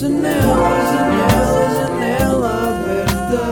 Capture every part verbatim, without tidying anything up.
Janela, janela, janela aberta.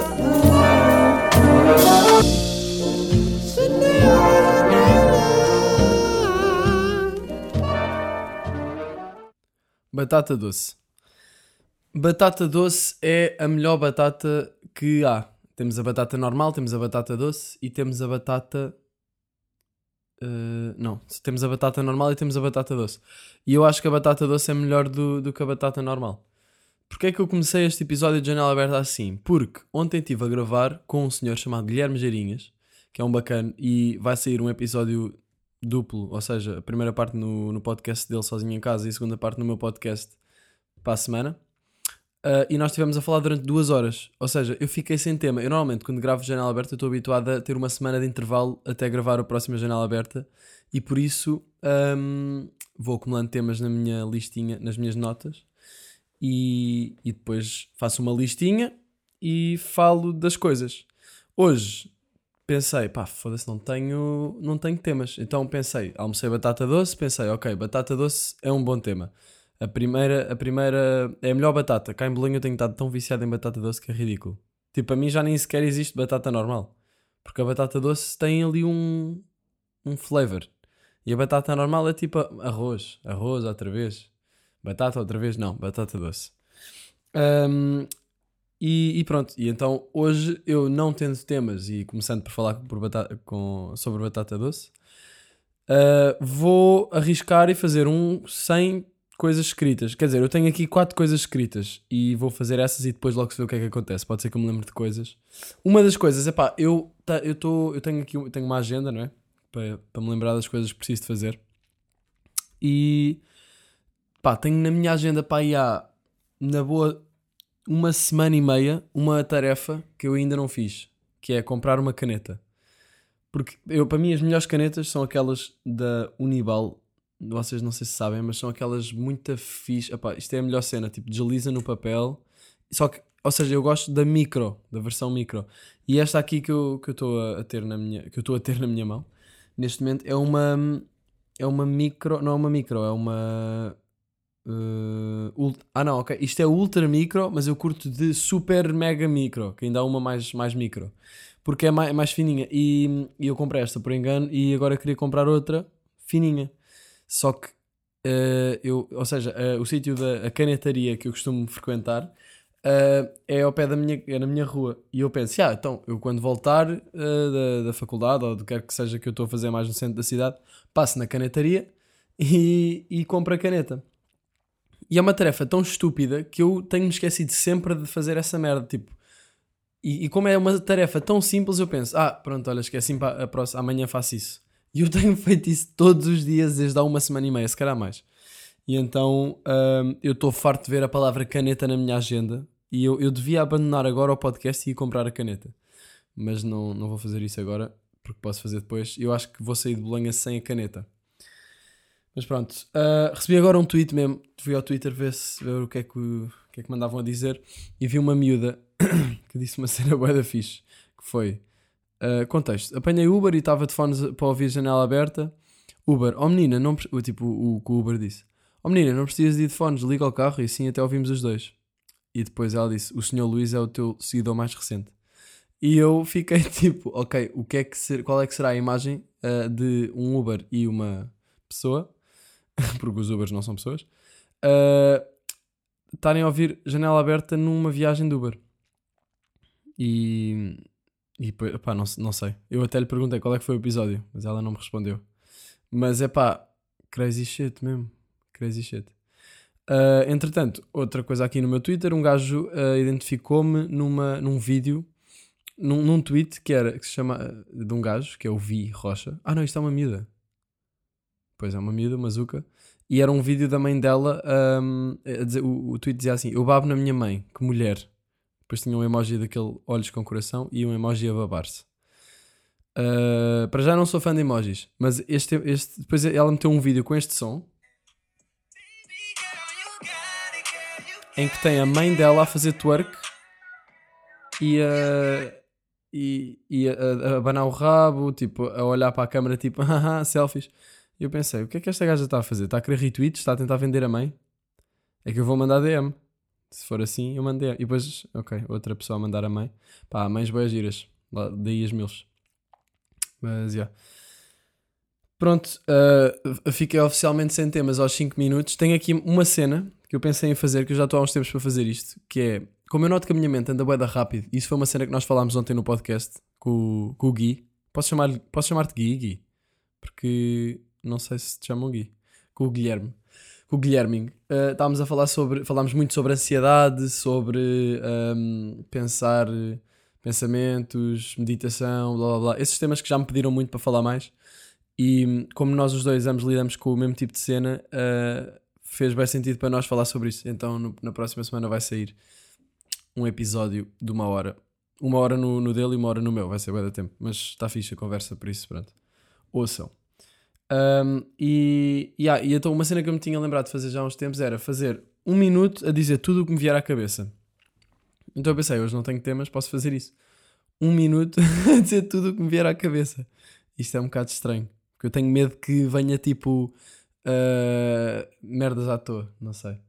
Batata doce. Batata doce é a melhor batata que há. Temos a batata normal, temos a batata doce e temos a batata... Uh, não, temos a batata normal e temos a batata doce. E eu acho que a batata doce é melhor do, do que a batata normal. Porquê é que eu comecei este episódio de Janela Aberta assim? Porque ontem estive a gravar com um senhor chamado Guilherme Geirinhas, que é um bacana, e vai sair um episódio duplo, ou seja, a primeira parte no, no podcast dele sozinho em casa e a segunda parte no meu podcast para a semana. Uh, e nós estivemos a falar durante duas horas. Ou seja, eu fiquei sem tema. Eu normalmente quando gravo Janela Aberta eu estou habituado a ter uma semana de intervalo até gravar a próxima Janela Aberta. E por isso um, vou acumulando temas na minha listinha, nas minhas notas. E, e depois faço uma listinha e falo das coisas. Hoje pensei, pá, foda-se, não tenho, não tenho temas. Então pensei, almocei batata doce, pensei, ok, batata doce é um bom tema. A primeira, a primeira é a melhor batata. Cá em Bolonha eu tenho estado tão viciado em batata doce que é ridículo. Tipo, para mim já nem sequer existe batata normal. Porque a batata doce tem ali um, um flavor. E a batata normal é tipo arroz. Arroz outra vez. Batata outra vez, não. Batata doce. Um, e, e pronto. E então hoje eu não tendo temas e começando por falar por batata, com, sobre batata doce, uh, vou arriscar e fazer um sem... coisas escritas. Quer dizer, eu tenho aqui quatro coisas escritas e vou fazer essas e depois logo se vê o que é que acontece. Pode ser que eu me lembre de coisas. Uma das coisas é pá, eu, tá, eu, tô, eu tenho aqui eu tenho uma agenda, não é? Para, para me lembrar das coisas que preciso de fazer. E pá, tenho na minha agenda pá, aí há na boa uma semana e meia uma tarefa que eu ainda não fiz, que é comprar uma caneta. Porque eu, para mim as melhores canetas são aquelas da Unibal. Vocês não sei se sabem, mas são aquelas muito fixe. Epá, isto é a melhor cena, tipo, desliza no papel. Só que, ou seja, eu gosto da micro, da versão micro. E esta aqui que eu que eu estou a ter na minha, que eu estou a ter na minha mão, neste momento, é uma é uma micro, não é uma micro, é uma uh, ult, ah não, ok, isto é ultra micro, mas eu curto de super mega micro, que ainda há uma mais, mais micro, porque é mais, mais fininha. E, e eu comprei esta por engano e agora queria comprar outra fininha. Só que, uh, eu, ou seja, uh, o sítio da a canetaria que eu costumo frequentar uh, é ao pé da minha, é na minha rua. E eu penso, ah, então, eu quando voltar uh, da, da faculdade ou do que quer que seja que eu estou a fazer mais no centro da cidade, passo na canetaria e, e compro a caneta. E é uma tarefa tão estúpida que eu tenho-me esquecido sempre de fazer essa merda, tipo... E, e como é uma tarefa tão simples, eu penso, ah, pronto, olha, esqueci-me, a próxima, amanhã faço isso. E eu tenho feito isso todos os dias desde há uma semana e meia, se calhar mais. E então hum, eu estou farto de ver a palavra caneta na minha agenda e eu, eu devia abandonar agora o podcast e ir comprar a caneta. Mas não, não vou fazer isso agora, porque posso fazer depois. Eu acho que vou sair de Bolonha sem a caneta. Mas pronto, uh, recebi agora um tweet mesmo. Fui ao Twitter ver, se, ver o, que é que, o que é que mandavam a dizer e vi uma miúda que disse uma cena bué da fixe, que foi... Uh, contexto, apanhei Uber e estava de fones para ouvir a janela aberta. Uber, oh menina, não, tipo o, o que o Uber disse, oh menina, não precisas de fones, liga o carro e assim até ouvimos os dois. E depois ela disse, o senhor Luís é o teu seguidor mais recente. E eu fiquei tipo, ok, o que é que ser, qual é que será a imagem uh, de um Uber e uma pessoa, porque os Ubers não são pessoas, estarem uh, a ouvir janela aberta numa viagem de Uber. E... E pá, não, não sei. Eu até lhe perguntei qual é que foi o episódio, mas ela não me respondeu. Mas é pá, crazy shit mesmo. Crazy shit. Uh, entretanto, outra coisa aqui no meu Twitter, um gajo uh, identificou-me numa, num vídeo, num, num tweet que, era, que se chama, uh, de um gajo, que é o Vi Rocha. Ah não, isto é uma miúda. Pois é, uma miúda, uma zuca. E era um vídeo da mãe dela, um, a dizer, o, o tweet dizia assim, eu babo na minha mãe, que mulher. Depois tinha um emoji daquele olhos com coração e um emoji a babar-se. Uh, para já não sou fã de emojis, mas este, este, depois ela meteu um vídeo com este som em que tem a mãe dela a fazer twerk e a, e, e a, a abanar o rabo, tipo, a olhar para a câmera, tipo, haha, selfies. E eu pensei, o que é que esta gaja está a fazer? Está a querer retweets? Está a tentar vender a mãe? É que eu vou mandar D M. Se for assim, eu mandei. E depois, ok, outra pessoa a mandar a mãe. Pá, mães boas giras. Lá, daí as mil. Mas, já. Yeah. Pronto, uh, fiquei oficialmente sem temas aos cinco minutos. Tenho aqui uma cena que eu pensei em fazer, que eu já estou há uns tempos para fazer isto, que é, como eu noto que a minha mente anda bué da rápido, isso foi uma cena que nós falámos ontem no podcast com, o- com o Gui. Posso, chamar, posso chamar-te Gui, Gui? Porque não sei se te chamam Gui. Com o Guilherme. Com o Guilherme. Uh, estávamos a falar sobre, falámos muito sobre ansiedade, sobre um, pensar, pensamentos, meditação, blá blá blá. Esses temas que já me pediram muito para falar mais. E como nós os dois ambos lidamos com o mesmo tipo de cena, uh, fez bem sentido para nós falar sobre isso. Então no- na próxima semana vai sair um episódio de uma hora. Uma hora no, no dele e uma hora no meu. Vai ser bem da tempo. Mas está fixe a conversa, por isso, pronto. Ouçam. Um, e, yeah, e então uma cena que eu me tinha lembrado de fazer já há uns tempos era fazer um minuto a dizer tudo o que me vier à cabeça. Então eu pensei, hoje não tenho temas, posso fazer isso. Um minuto a dizer tudo o que me vier à cabeça. Isto é um bocado estranho. Porque eu tenho medo que venha tipo uh, merdas à toa, não sei.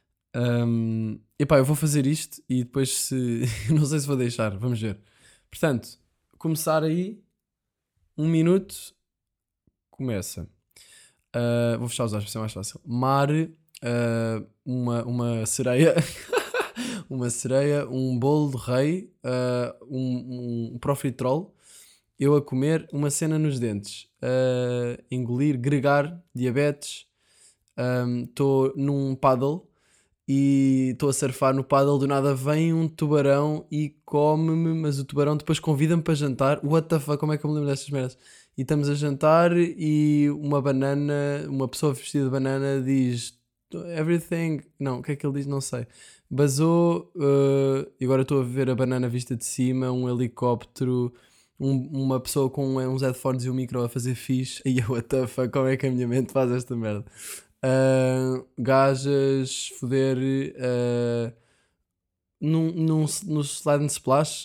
Um, epá, eu vou fazer isto e depois se. Não sei se vou deixar, vamos ver. Portanto, começar aí. Um minuto. Começa. Uh, vou fechar os olhos para ser mais fácil. Mar, uh, uma, uma sereia. Uma sereia, um bolo de rei, uh, um, um profiterol. Eu a comer uma cena nos dentes, a engolir, gregar, diabetes. Estou num paddle e estou a surfar no paddle. Do nada vem um tubarão e come-me, mas o tubarão depois convida-me para jantar. What the fuck, como é que eu me lembro destas merdas? E estamos a jantar e uma banana, uma pessoa vestida de banana diz everything. Não, o que é que ele diz? Não sei. Basou, uh, e agora estou a ver a banana vista de cima, um helicóptero. Um- uma pessoa com uns headphones e um micro a fazer fixe. E eu, what the fuck, como é que a minha mente faz esta merda? Ah, gajas, foder, ah, num, num, no Slide and Splash.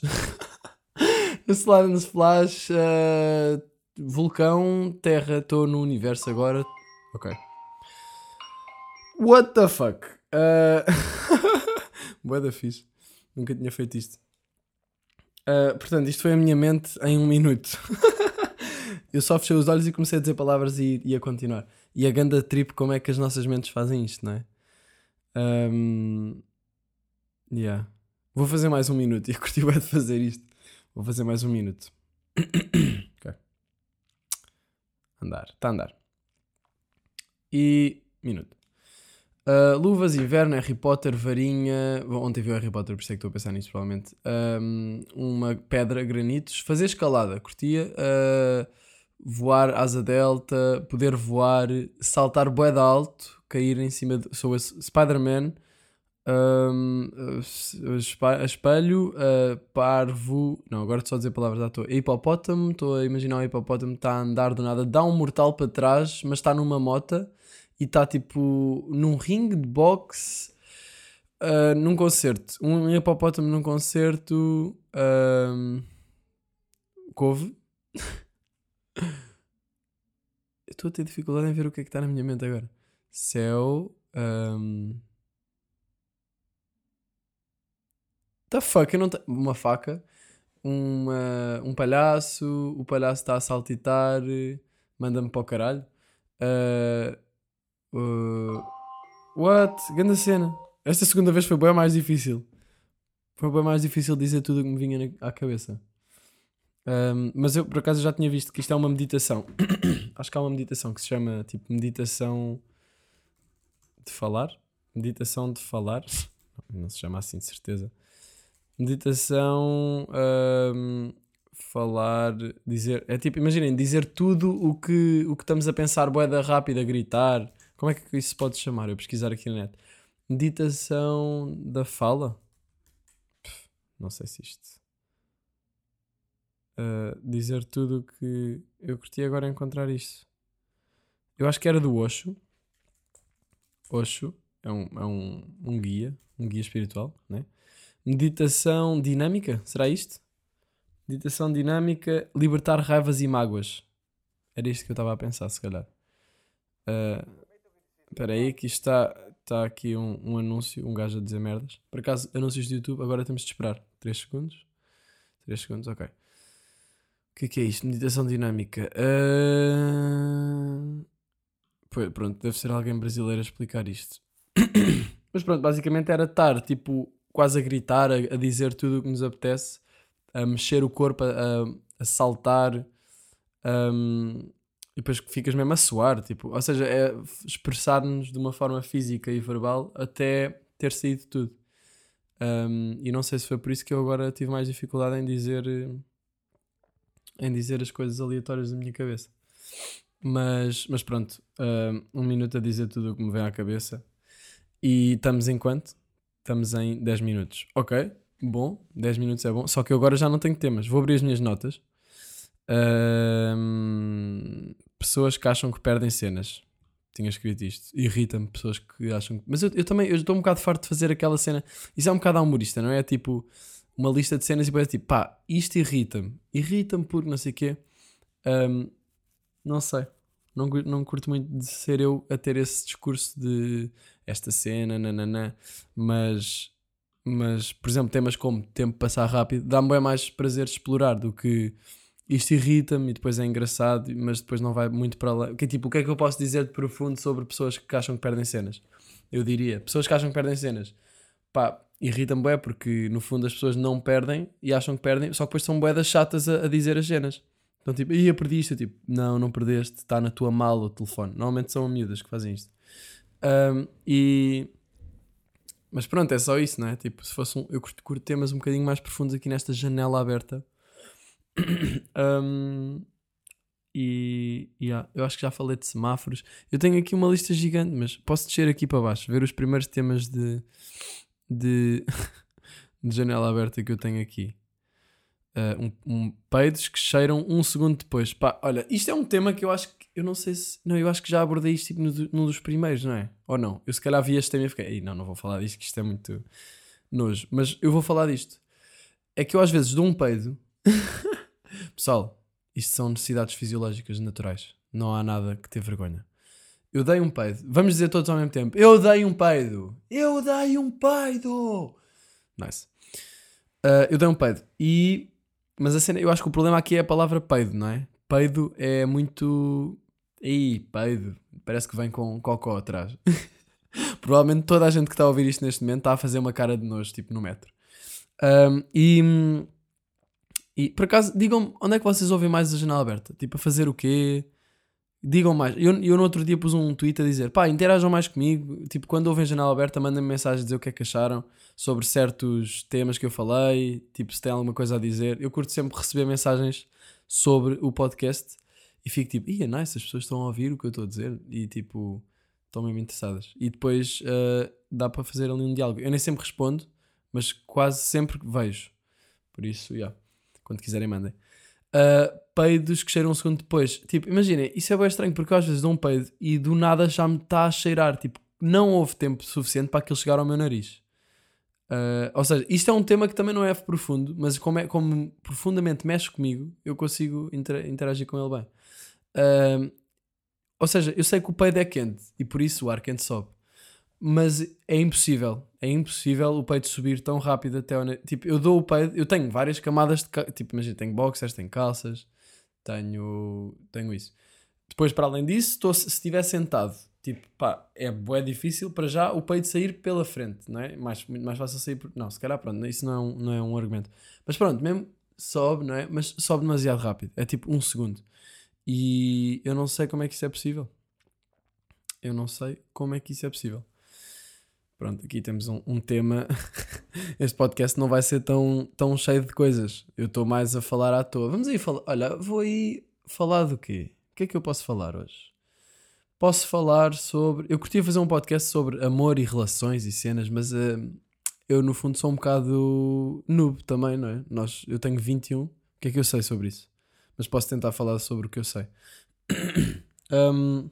No Slide and Splash, ah, vulcão, terra, estou no universo agora. Ok. What the fuck? Uh... Bué da fixe. Nunca tinha feito isto. Uh, portanto, isto foi a minha mente em um minuto. Eu só fechei os olhos e comecei a dizer palavras e ia continuar. E a ganda trip, como é que as nossas mentes fazem isto, não é? Um, yeah. Vou fazer mais um minuto. Eu curti bem de fazer isto. Vou fazer mais um minuto. Ok. Andar. Está a andar. E. Minuto. Uh, luvas, inverno, Harry Potter, varinha. Bom, ontem vi o Harry Potter, por isso é que estou a pensar nisso, provavelmente. Um, uma pedra, granitos. Fazer escalada, curtia. Uh, voar, asa delta. Poder voar. Saltar bué de alto. Cair em cima de. Sou esse Spider-Man. Um, uh, espa- espelho. Uh, parvo. Não, agora estou só a dizer palavras à toa. Hipopótamo. Estou a imaginar um hipopótamo. Está a andar do nada. Dá um mortal para trás, mas está numa mota e está tipo num ringue de boxe, uh, num concerto. Um hipopótamo num concerto. Um, couve. Eu estou a ter dificuldade em ver o que é que está na minha mente agora. Céu. Um, the fuck, eu não tenho. Uma faca. Uma, um palhaço. O palhaço está a saltitar. Manda-me para o caralho. Uh, uh, what? Grande cena. Esta segunda vez foi bem mais difícil. Foi bem mais difícil dizer tudo o que me vinha na- à cabeça. Ahm, mas eu por acaso já tinha visto que isto é uma meditação. Acho que há uma meditação que se chama tipo meditação de falar. Meditação de falar. Não se chama assim de certeza. Meditação. ahm, falar. Dizer. É tipo, imaginem, dizer tudo o que, o que estamos a pensar, boeda rápida, gritar. Como é que isso se pode chamar? Eu pesquisar aqui na net. Meditação da fala? Não sei se isto. Uh, dizer tudo o que eu curti agora encontrar isto. Eu acho que era do Osho. Osho é um, é um, um guia, um guia espiritual, né? Meditação dinâmica, será isto? Meditação dinâmica, libertar raivas e mágoas. Era isto que eu estava a pensar, se calhar. Uh, Espera aí, que isto está. está aqui um, um anúncio, um gajo a dizer merdas. Por acaso, anúncios de YouTube, agora temos de esperar três segundos. três segundos, ok. O que é que é isto? Meditação dinâmica. Uh... Pois, pronto, deve ser alguém brasileiro a explicar isto. Mas pronto, basicamente era estar, tipo, quase a gritar, a, a dizer tudo o que nos apetece, a mexer o corpo, a, a, a saltar, um, e depois ficas mesmo a suar, tipo, ou seja, é expressar-nos de uma forma física e verbal até ter saído tudo. Um, e não sei se foi por isso que eu agora tive mais dificuldade em dizer em dizer as coisas aleatórias da minha cabeça. Mas, mas pronto, um, um minuto a dizer tudo o que me vem à cabeça. E estamos em quanto? Estamos em dez minutos. Ok, bom, dez minutos é bom. Só que eu agora já não tenho temas. Vou abrir as minhas notas. Um, pessoas que acham que perdem cenas. Tinha escrito isto. Irrita-me pessoas que acham que... Mas eu, eu também eu estou um bocado farto de fazer aquela cena. Isso é um bocado humorista, não é? Tipo, uma lista de cenas e depois é tipo, pá, isto irrita-me. Irrita-me porque não sei o quê. Um, não sei. Não, não curto muito de ser eu a ter esse discurso de esta cena, nananã. Mas, mas, por exemplo, temas como tempo passar rápido, dá-me bem mais prazer de explorar do que isto irrita-me e depois é engraçado, mas depois não vai muito para lá. Que, tipo, o que é que eu posso dizer de profundo sobre pessoas que acham que perdem cenas? Eu diria, pessoas que acham que perdem cenas, pá, irritam-me bué porque no fundo as pessoas não perdem e acham que perdem, só que depois são bué das chatas a, a dizer as cenas. Então tipo, ia perdi isto, eu tipo, não, não perdeste, está na tua mala o telefone. Normalmente são miúdas que fazem isto. Um, e... Mas pronto, é só isso, não é? Tipo, se fosse um... Eu curto, curto temas um bocadinho mais profundos aqui nesta janela aberta. um, e yeah, eu acho que já falei de semáforos. Eu tenho aqui uma lista gigante, mas posso descer aqui para baixo, ver os primeiros temas de, de, de janela aberta que eu tenho aqui. Uh, um, um peidos que cheiram um segundo depois. Pá, olha, isto é um tema que eu acho que eu não sei se. Não, eu acho que já abordei isto tipo, no, num dos primeiros, não é? Ou não? Eu se calhar vi este tema e fiquei, não, não vou falar disto, que isto é muito nojo. Mas eu vou falar disto. É que eu às vezes dou um peido. Pessoal, isto são necessidades fisiológicas naturais. Não há nada que ter vergonha. Eu dei um peido. Vamos dizer todos ao mesmo tempo. Eu dei um peido. Eu dei um peido. Nice. Uh, eu dei um peido. E... Mas a cena, eu acho que o problema aqui é a palavra peido, não é? Peido é muito... Ih, peido. Parece que vem com cocó atrás. Provavelmente toda a gente que está a ouvir isto neste momento está a fazer uma cara de nojo, tipo no metro. Um, e... E, por acaso, digam-me, onde é que vocês ouvem mais a janela aberta? Tipo, a fazer o quê? Digam mais. Eu, eu no outro dia pus um tweet a dizer, pá, interajam mais comigo. Tipo, quando ouvem a janela aberta, mandem-me mensagem a dizer o que é que acharam sobre certos temas que eu falei. Tipo, se têm alguma coisa a dizer. Eu curto sempre receber mensagens sobre o podcast e fico tipo, ia, nice, as pessoas estão a ouvir o que eu estou a dizer e, tipo, estão mesmo interessadas. E depois uh, dá para fazer ali um diálogo. Eu nem sempre respondo, mas quase sempre vejo. Por isso, já. Yeah. Quando quiserem, mandem. Uh, peidos que cheiram um segundo depois. Tipo, imaginem, isso é bem estranho porque eu às vezes dou um peido e do nada já me está a cheirar. Tipo, não houve tempo suficiente para aquilo chegar ao meu nariz. Uh, ou seja, isto é um tema que também não é profundo, mas como, é, como profundamente mexe comigo, eu consigo inter- interagir com ele bem. Uh, ou seja, eu sei que o peido é quente e por isso o ar quente sobe. Mas é impossível, é impossível o peito subir tão rápido até ao... Tipo, eu dou o peito, eu tenho várias camadas de... Tipo, imagina, tenho boxers, tenho calças, tenho, tenho isso. Depois, para além disso, estou, se estiver sentado, tipo, pá, é bué difícil para já o peito sair pela frente, não é? Mais, muito mais fácil sair por... Não, se calhar, pronto, isso não é, um, não é um argumento. Mas pronto, mesmo sobe, não é? Mas sobe demasiado rápido, é tipo um segundo. E eu não sei como é que isso é possível. Eu não sei como é que isso é possível. Pronto, aqui temos um, um tema. Este podcast não vai ser tão, tão cheio de coisas. Eu estou mais a falar à toa. Vamos aí falar. Olha, vou aí falar do quê? O que é que eu posso falar hoje? Posso falar sobre... Eu curtia fazer um podcast sobre amor e relações e cenas, mas uh, eu no fundo sou um bocado noob também, não é? Nós, eu tenho vinte e um. O que é que eu sei sobre isso? Mas posso tentar falar sobre o que eu sei. um,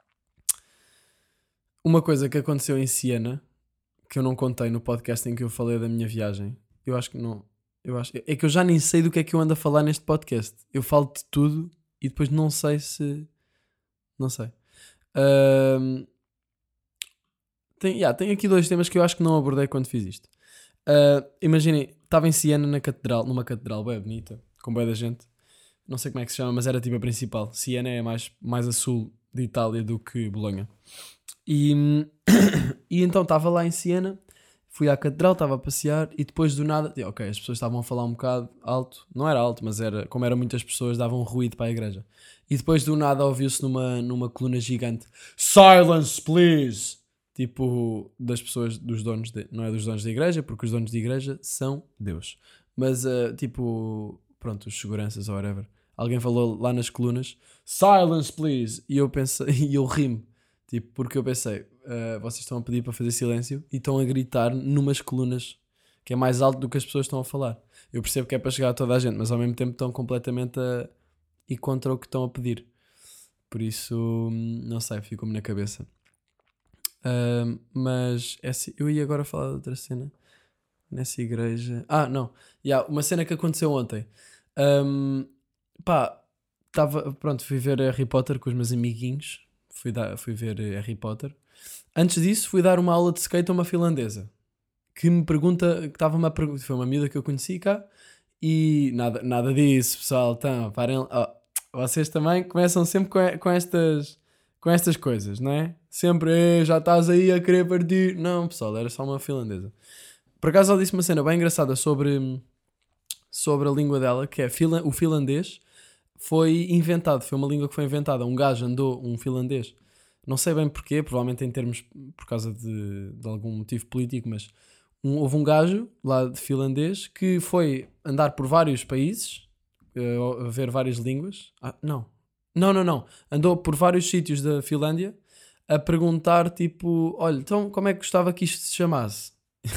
uma coisa que aconteceu em Siena, que eu não contei no podcast em que eu falei da minha viagem. Eu acho que não. Eu acho, é que eu já nem sei do que é que eu ando a falar neste podcast. Eu falo de tudo e depois não sei se... Não sei. Um, tem, yeah, tem aqui dois temas que eu acho que não abordei quando fiz isto. Uh, imaginem, estava em Siena na catedral, numa catedral bem bonita, com bem da gente. Não sei como é que se chama, mas era tipo a principal. Siena é mais, mais a sul de Itália do que Bolonha. E, e então estava lá em Siena, fui à catedral, estava a passear e depois do nada, ok, as pessoas estavam a falar um bocado alto, não era alto, mas era, como eram muitas pessoas, davam um ruído para a igreja. E depois do nada ouviu-se numa, numa coluna gigante: Silence, please! Tipo, das pessoas, dos donos, de, não é dos donos da igreja, porque os donos da igreja são Deus. Mas, uh, tipo, pronto, os seguranças ou whatever. Alguém falou lá nas colunas: Silence, please! E eu pensei, e eu ri-me. Tipo, porque eu pensei, uh, vocês estão a pedir para fazer silêncio e estão a gritar numas colunas que é mais alto do que as pessoas estão a falar. Eu percebo que é para chegar a toda a gente, mas ao mesmo tempo estão completamente a ir contra o que estão a pedir. Por isso, não sei, ficou-me na cabeça. Uh, mas essa, eu ia agora falar de outra cena nessa igreja. Ah, não. Yeah, uma cena que aconteceu ontem. Um, pá, tava, pronto, fui ver Harry Potter com os meus amiguinhos. Fui, dar, fui ver Harry Potter. Antes disso, fui dar uma aula de skate a uma finlandesa que me pergunta, que estava-me a perguntar, foi uma miúda que eu conheci cá, e nada, nada disso, pessoal. Então, parem, oh, vocês também começam sempre com, com estas com estas coisas, não é? Sempre, "Eh, já estás aí a querer partir." Não, pessoal, era só uma finlandesa. Por acaso ela disse uma cena bem engraçada sobre, sobre a língua dela, que é fila, o finlandês foi inventado, foi uma língua que foi inventada. Um gajo andou, um finlandês, não sei bem porquê, provavelmente em termos, por causa de, de algum motivo político, mas um, houve um gajo lá de finlandês que foi andar por vários países, uh, a ver várias línguas. Ah, não. Não, não, não. Andou por vários sítios da Finlândia a perguntar, tipo, olha, então como é que gostava que isto se chamasse?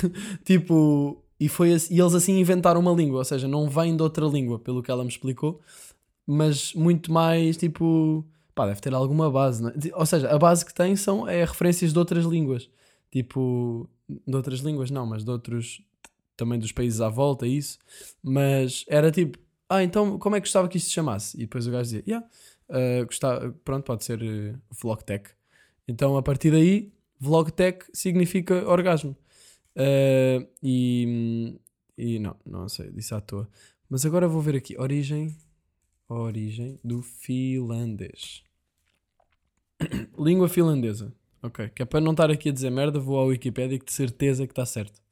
Tipo, e, foi assim, e eles assim inventaram uma língua, ou seja, não vem de outra língua, pelo que ela me explicou, mas muito mais, tipo, pá, deve ter alguma base, não é? Ou seja, a base que tem são é referências de outras línguas, tipo, de outras línguas não, mas de outros, também dos países à volta, isso, mas era tipo, ah, então como é que gostava que isto se chamasse? E depois o gajo dizia, yeah, uh, gostava, pronto, pode ser uh, Vlogtech. Então a partir daí, Vlogtech significa orgasmo. Uh, e, e não, não sei, disse à toa. Mas agora vou ver aqui, origem, origem do finlandês. Língua finlandesa. Ok, que é para não estar aqui a dizer merda, vou à Wikipédia que de certeza que está certo.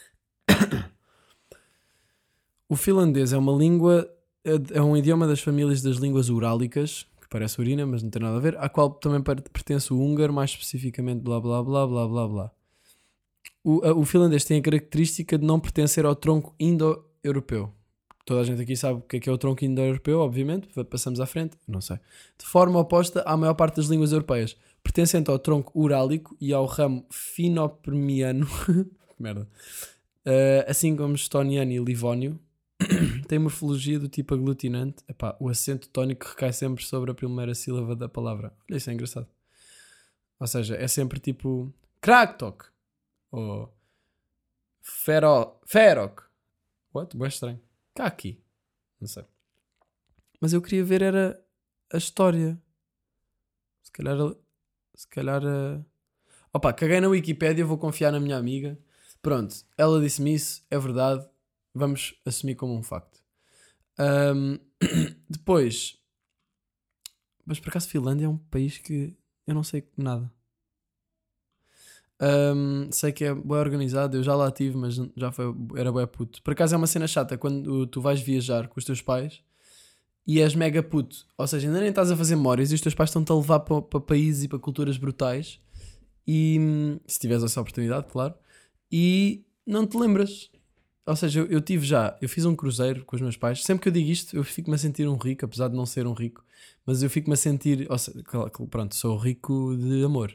O finlandês é uma língua, é é um idioma das famílias das línguas urálicas, que parece urina, mas não tem nada a ver, à qual também per- pertence o húngaro, mais especificamente blá blá blá blá blá blá. O, a- o finlandês tem a característica de não pertencer ao tronco indo-europeu. Toda a gente aqui sabe o que é que é o tronco indo-europeu, obviamente, passamos à frente, não sei. De forma oposta à maior parte das línguas europeias, pertencente ao tronco urálico e ao ramo finopermiano, merda, Uh, assim como estoniano e livónio, tem morfologia do tipo aglutinante. Epá, o acento tónico recai sempre sobre a primeira sílaba da palavra. Olha, isso é engraçado. Ou seja, é sempre tipo Kraktok ou Fero, Ferok. What? Boa estranho. Kaki. Não sei. Mas eu queria ver era a história. Se calhar... Se calhar... Uh... Opa, caguei na Wikipédia, vou confiar na minha amiga. Pronto, ela disse-me isso, é verdade. Vamos assumir como um facto. Um, depois... Mas por acaso Finlândia é um país que eu não sei nada. Um, sei que é bem organizado, eu já lá tive, mas já foi, era bem puto. Por acaso é uma cena chata quando tu vais viajar com os teus pais e és mega puto. Ou seja, ainda nem estás a fazer memórias e os teus pais estão-te a levar para, para países e para culturas brutais. E se tiveres essa oportunidade, claro. E não te lembras. Ou seja, eu, eu tive já, eu fiz um cruzeiro com os meus pais. Sempre que eu digo isto, eu fico-me a sentir um rico, apesar de não ser um rico. Mas eu fico-me a sentir, ou seja, pronto, sou rico de amor.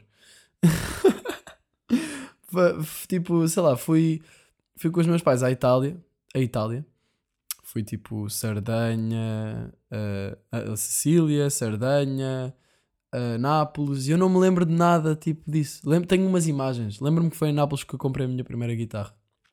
Tipo, sei lá, fui, fui com os meus pais à Itália, a Itália. Fui tipo Sardenha, uh, a Sicília, Sardenha, uh, Nápoles, e eu não me lembro de nada tipo disso. Lembro, tenho umas imagens. Lembro-me que foi em Nápoles que eu comprei a minha primeira guitarra.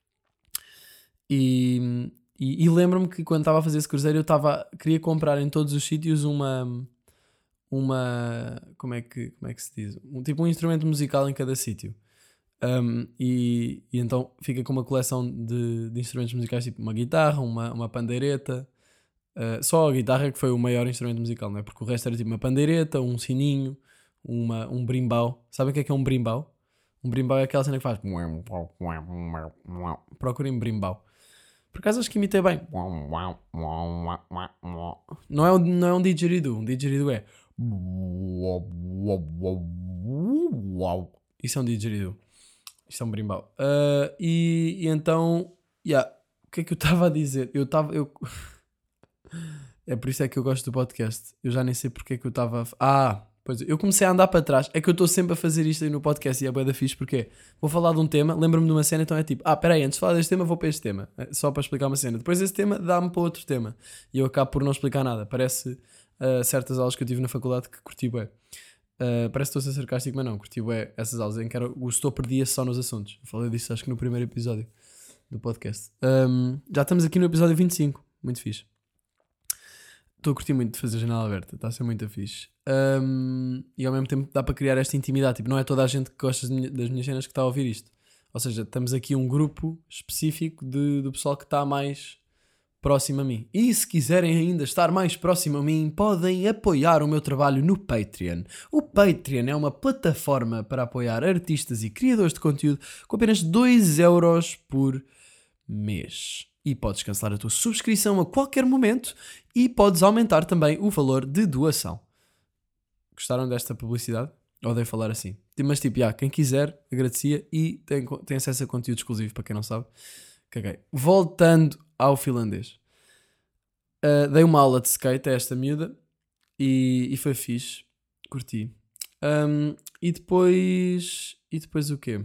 E, e, e lembro-me que quando estava a fazer esse cruzeiro eu estava, queria comprar em todos os sítios uma, uma como é que, como é que se diz? Um, tipo um instrumento musical em cada sítio. Um, e, e então fica com uma coleção de, de instrumentos musicais, tipo uma guitarra, uma, uma pandeireta. Uh, só a guitarra que foi o maior instrumento musical, não é? Porque o resto era tipo uma pandeireta, um sininho, uma, um brimbau. Sabem o que é que é um brimbau? Um brimbau é aquela cena que faz. Procurem brimbau. Por acaso acho que imitei bem. Não é um, não é um didgeridoo. Um didgeridoo é. Isso é um didgeridoo. Isto é um brimbau. Uh, e, e então. Yeah, o que é que eu estava a dizer? Eu estava. Eu... É por isso é que eu gosto do podcast. Eu já nem sei porque é que eu estava. A... Ah, pois eu comecei a andar para trás. É que eu estou sempre a fazer isto aí no podcast e é bué da fixe porque vou falar de um tema, lembro-me de uma cena, então é tipo, ah, peraí, antes de falar deste tema vou para este tema. É só para explicar uma cena. Depois esse tema dá-me para outro tema. E eu acabo por não explicar nada. Parece uh, certas aulas que eu tive na faculdade que curti bué. Uh, parece que estou a ser sarcástico, mas não. Curti bué essas aulas em que era, o setor perdia-se só nos assuntos. Eu falei disso acho que no primeiro episódio do podcast. Um, já estamos aqui no episódio vinte e cinco. Muito fixe. Estou a curtir muito de fazer a janela aberta, está a ser muito fixe. Um, e ao mesmo tempo dá para criar esta intimidade. Tipo, não é toda a gente que gosta das minhas cenas que está a ouvir isto. Ou seja, estamos aqui um grupo específico de, do pessoal que está mais próximo a mim. E se quiserem ainda estar mais próximo a mim, podem apoiar o meu trabalho no Patreon. O Patreon é uma plataforma para apoiar artistas e criadores de conteúdo com apenas dois euros por mês. E podes cancelar a tua subscrição a qualquer momento e podes aumentar também o valor de doação. Gostaram desta publicidade? Odeio falar assim. Mas tipo, já, quem quiser, agradecia e tem, tem acesso a conteúdo exclusivo para quem não sabe. Caguei. Voltando ao finlandês. Uh, dei uma aula de skate a esta miúda e, e foi fixe. Curti. Um, e depois... E depois o quê?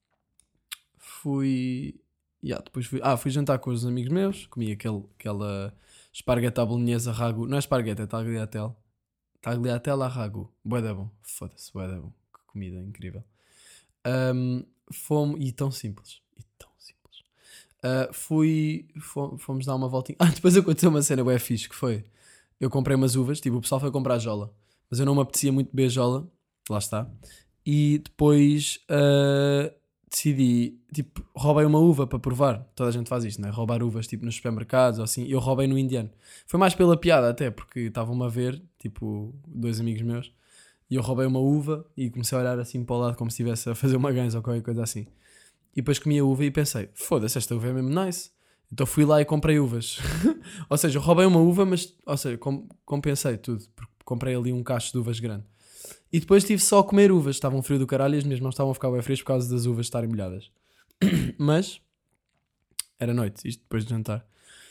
Fui... Yeah, depois fui, ah, fui jantar com os amigos meus, comi aquele, aquela esparguete à bolonhesa ragu, não é esparguete, é tagliatelle, tagliatelle à ragu, bué da bom, foda-se, bué da bom, que comida incrível. Um, fomos, e tão simples, e tão simples. Uh, fui, fomos, fomos dar uma voltinha, ah, depois aconteceu uma cena bué fixe, que foi, eu comprei umas uvas, tipo, o pessoal foi comprar jola, mas eu não me apetecia muito beber jola, lá está, e depois... Uh, decidi, tipo, roubei uma uva para provar. Toda a gente faz isto, não é? Roubar uvas, tipo, nos supermercados ou assim. Eu roubei no indiano. Foi mais pela piada até, porque estavam-me a ver, tipo, dois amigos meus. E eu roubei uma uva e comecei a olhar assim para o lado como se estivesse a fazer uma ganza ou qualquer coisa assim. E depois comi a uva e pensei, foda-se, esta uva é mesmo nice. Então fui lá e comprei uvas. Ou seja, eu roubei uma uva, mas, ou seja, com, compensei tudo. Porque comprei ali um cacho de uvas grande. E depois tive só a comer uvas. Estava um frio do caralho e as minhas mãos estavam a ficar bem frias por causa das uvas estarem molhadas. Mas era noite, isto depois de jantar.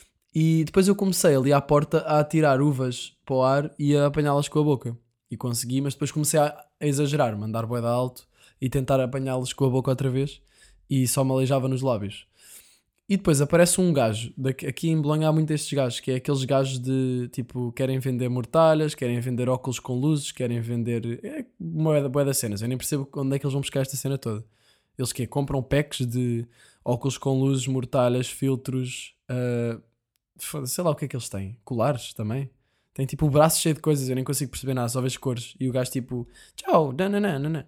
E depois eu comecei ali à porta a atirar uvas para o ar e a apanhá-las com a boca. E consegui, mas depois comecei a, a exagerar, mandar bué de alto e tentar apanhá-las com a boca outra vez. E só me aleijava nos lábios. E depois aparece um gajo, daqui, aqui em Bolonha há muito estes gajos, que é aqueles gajos de, tipo, querem vender mortalhas, querem vender óculos com luzes, querem vender... É moeda, moeda cenas, eu nem percebo onde é que eles vão buscar esta cena toda. Eles que compram packs de óculos com luzes, mortalhas, filtros, uh, sei lá o que é que eles têm, colares também. Tem tipo o braço cheio de coisas, eu nem consigo perceber nada, só vejo cores. E o gajo tipo, tchau, nananana.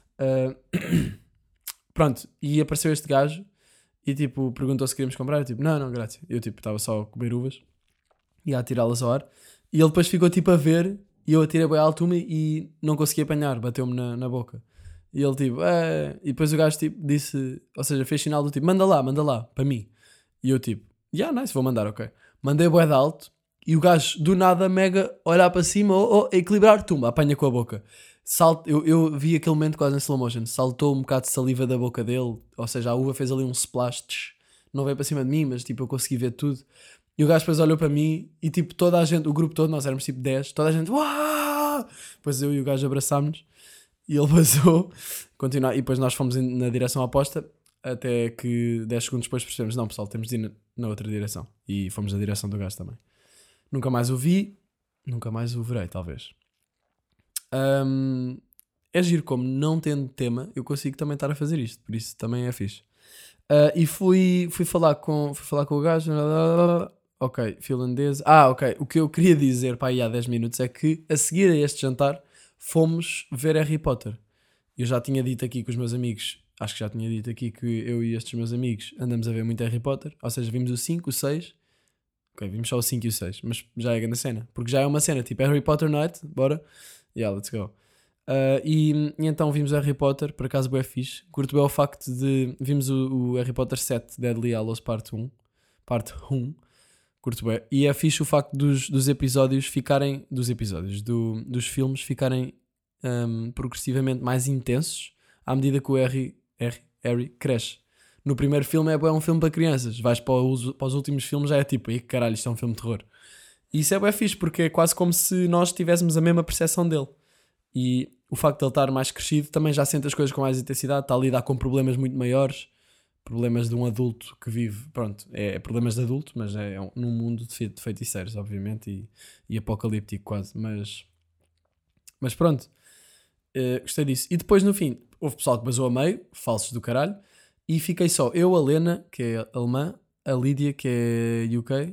Uh, pronto, e apareceu este gajo. E tipo, perguntou se queríamos comprar. Eu tipo, não, não, grátis. Eu tipo, estava só a comer uvas e a atirá-las ao ar. E ele depois ficou tipo a ver. E eu atirei bem alto uma e não consegui apanhar. Bateu-me na, na boca. E ele tipo, é... E depois o gajo tipo disse, ou seja, fez sinal do tipo, manda lá, manda lá, para mim. E eu tipo, yeah, nice, vou mandar, ok. Mandei bué de alto. E o gajo do nada mega olhar para cima, ou oh, oh, equilibrar, tumba, apanha com a boca. Salto, eu, eu vi aquele momento quase em slow motion. Saltou um bocado de saliva da boca dele. Ou seja, a uva fez ali um splash. Tch, não veio para cima de mim, mas tipo, eu consegui ver tudo. E o gajo depois olhou para mim e tipo, toda a gente, o grupo todo, nós éramos tipo dez, toda a gente, uau! Depois eu e o gajo abraçámos-nos e ele passou. Continuar, e depois nós fomos na direção oposta, até que dez segundos depois percebemos, não pessoal, temos de ir na, na outra direção. E fomos na direção do gajo também. Nunca mais o vi, nunca mais o verei, talvez. Um, é giro como não tendo tema eu consigo também estar a fazer isto, por isso também é fixe. Uh, e fui, fui, falar com, fui falar com o gajo. Ok, finlandês. Ah, ok. O que eu queria dizer para aí há dez minutos é que a seguir a este jantar fomos ver Harry Potter. Eu já tinha dito aqui que os meus amigos acho que já tinha dito aqui que eu e estes meus amigos andamos a ver muito Harry Potter, ou seja, vimos o cinco, o seis, ok, vimos só o cinco e o seis, mas já é grande cena, porque já é uma cena tipo Harry Potter Night, bora, yeah, let's go. Uh, e, e então vimos o Harry Potter, por acaso bué fixe, curto bem o facto de, vimos o, o Harry Potter sete, Deadly Hallows parte um, parte um, curto bem, e é fixe o facto dos, dos episódios ficarem, dos episódios, do, dos filmes ficarem um, progressivamente mais intensos à medida que o Harry, Harry, Harry cresce. No primeiro filme é, bué um filme para crianças, vais para os, para os últimos filmes já é tipo, e caralho, isto é um filme de terror. E isso é bem fixe porque é quase como se nós tivéssemos a mesma percepção dele. E o facto de ele estar mais crescido também já sente as coisas com mais intensidade, está a lidar com problemas muito maiores, problemas de um adulto que vive, pronto, é, é problemas de adulto, mas é, é um, num mundo de, fe- de feiticeiros, obviamente, e, e apocalíptico quase, mas, mas pronto, eh, gostei disso. E depois no fim, houve pessoal que basou a meio, falsos do caralho, e fiquei só eu, a Lena, que é alemã, a Lídia, que é U K,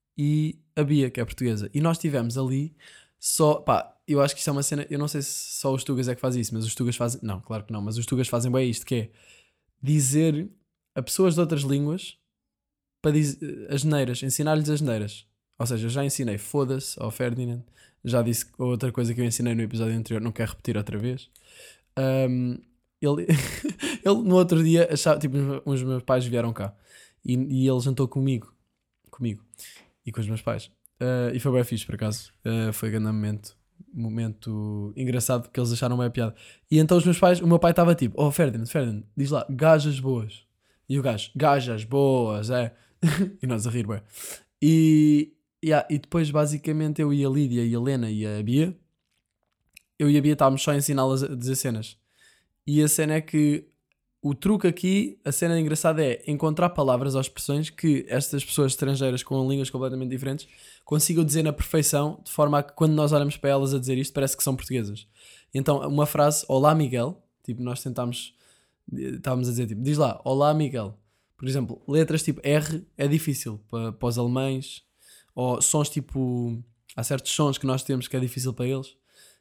e a Bia, que é portuguesa. E nós tivemos ali só, pá, eu acho que isto é uma cena, eu não sei se só os Tugas é que fazem isso, mas os Tugas fazem, não, claro que não, mas os Tugas fazem bem isto, que é dizer a pessoas de outras línguas para dizer as neiras, ensinar-lhes as neiras. Ou seja, eu já ensinei foda-se ao Ferdinand, já disse outra coisa que eu ensinei no episódio anterior, não quero repetir outra vez. Um, ele, ele no outro dia achava, tipo, os meus pais vieram cá e, e ele jantou comigo, comigo e com os meus pais. Uh, e foi bem fixe, por acaso. Uh, foi um grande momento, momento engraçado porque eles acharam bem a piada. E então os meus pais, o meu pai estava tipo, oh Ferdinand, Ferdinand, diz lá, gajas boas. E o gajo, gajas boas, é. E nós a rir, bem. E, yeah, e depois basicamente eu e a Lídia e a Helena e a Bia, eu e a Bia estávamos só a ensiná-las a dizer cenas. E a cena é que o truque aqui, a cena engraçada é encontrar palavras ou expressões que estas pessoas estrangeiras com línguas completamente diferentes consigam dizer na perfeição, de forma a que quando nós olhamos para elas a dizer isto parece que são portuguesas. Então uma frase, olá Miguel, tipo nós tentámos, estávamos a dizer tipo, diz lá, olá Miguel. Por exemplo, letras tipo R é difícil para, para os alemães, ou sons tipo, há certos sons que nós temos que é difícil para eles.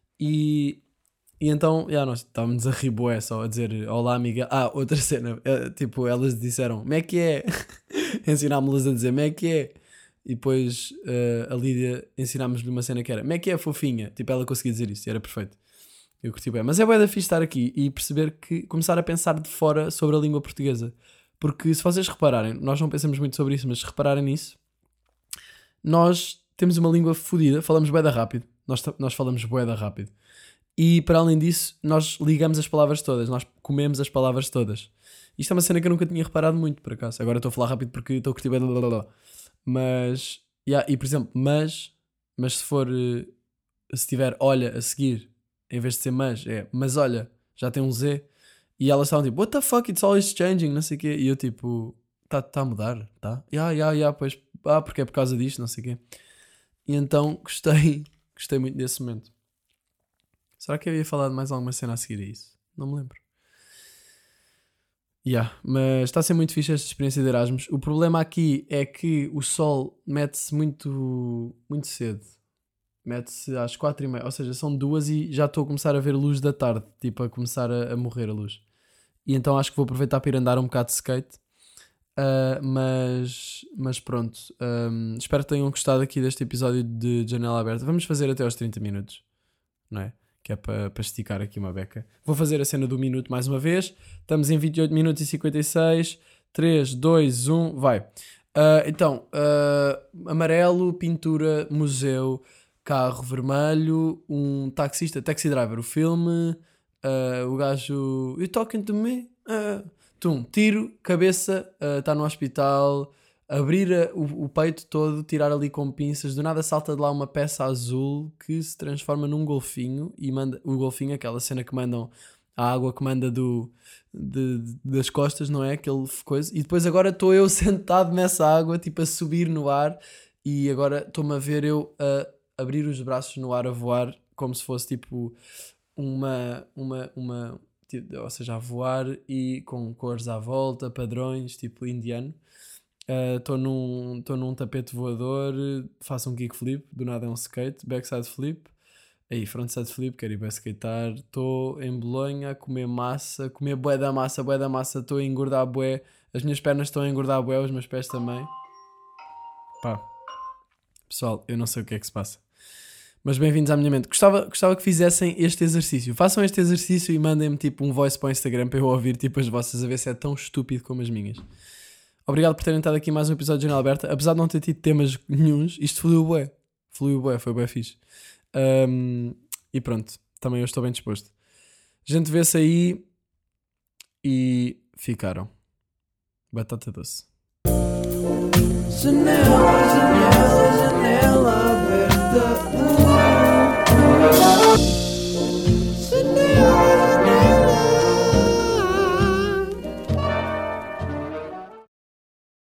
E e então, yeah, nós estávamos a rir bué só a dizer olá amiga. Ah, outra cena, eh, tipo, elas disseram como é que é? Ensinámos-las a dizer como é que é? E depois eh, a Lídia ensinámos-lhe uma cena que era como é que é fofinha? Tipo, ela conseguia dizer isso e era perfeito. Eu curti bem. Mas é bué da fixe estar aqui e perceber que, começar a pensar de fora sobre a língua portuguesa. Porque se vocês repararem, nós não pensamos muito sobre isso, mas se repararem nisso, nós temos uma língua fodida, falamos bué da rápido. Nós, nós falamos bué da rápido. E para além disso, nós ligamos as palavras todas, nós comemos as palavras todas. Isto é uma cena que eu nunca tinha reparado muito, por acaso. Agora estou a falar rápido porque estou a curtir bem, blá, blá, blá. Mas, yeah, e por exemplo, mas, mas se for, eh, se tiver olha a seguir, em vez de ser mas, é mas olha, já tem um Z. E elas estavam tipo, what the fuck, it's always changing, não sei o quê. E eu tipo, está tá a mudar, tá? Ya, ya, ya, pois, ah, porque é por causa disto, não sei o quê. E então gostei, gostei muito desse momento. Será que eu ia falar de mais alguma cena a seguir a isso? Não me lembro. Yeah, mas está a ser muito fixe esta experiência de Erasmus. O problema aqui é que o sol mete-se muito, muito cedo. Mete-se às quatro e meia, ou seja, são duas e já estou a começar a ver luz da tarde, tipo a começar a, a morrer a luz. E então acho que vou aproveitar para ir andar um bocado de skate. Uh, mas, mas pronto, um, espero que tenham gostado aqui deste episódio de Janela Aberta. Vamos fazer até aos trinta minutos, não é? Que é para, para esticar aqui uma beca. Vou fazer a cena do minuto mais uma vez. Estamos em vinte e oito minutos e cinquenta e seis. três, dois, um, vai. Uh, então, uh, amarelo, pintura, museu, carro vermelho, um taxista, taxi driver, o filme, uh, o gajo, you talking to me? Uh, tum, tiro, cabeça, está no hospital, abrir a- o, o peito todo, tirar ali com pinças, do nada salta de lá uma peça azul que se transforma num golfinho e manda o golfinho, aquela cena que mandam a água que manda do, de- de- das costas, não é? Aquele coisa. E depois agora estou eu sentado nessa água, tipo a subir no ar, e agora estou-me a ver eu a abrir os braços no ar a voar, como se fosse tipo uma, uma, uma, tipo, ou seja, a voar e com cores à volta, padrões, tipo indiano. Estou num, tô num tapete voador, faço um kickflip, do nada é um skate, backside flip. Aí, frontside flip, quero ir para skatear. Estou em Bolonha a comer massa, a comer bué da massa, bué da massa. Estou a engordar bué. As minhas pernas estão a engordar bué, os meus pés também. Pá, pessoal, eu não sei o que é que se passa. Mas bem-vindos à minha mente. Gostava, gostava que fizessem este exercício. Façam este exercício e mandem-me tipo um voice para o Instagram para eu ouvir tipo as vossas, a ver se é tão estúpido como as minhas. Obrigado por terem estado aqui em mais um episódio de Janela Aberta. Apesar de não ter tido temas nenhuns, isto fluiu bué. Fluiu bué, foi bué fixe. Um, e pronto, também eu estou bem disposto. A gente vê-se aí e ficaram. Batata doce. Janela, janela, janela.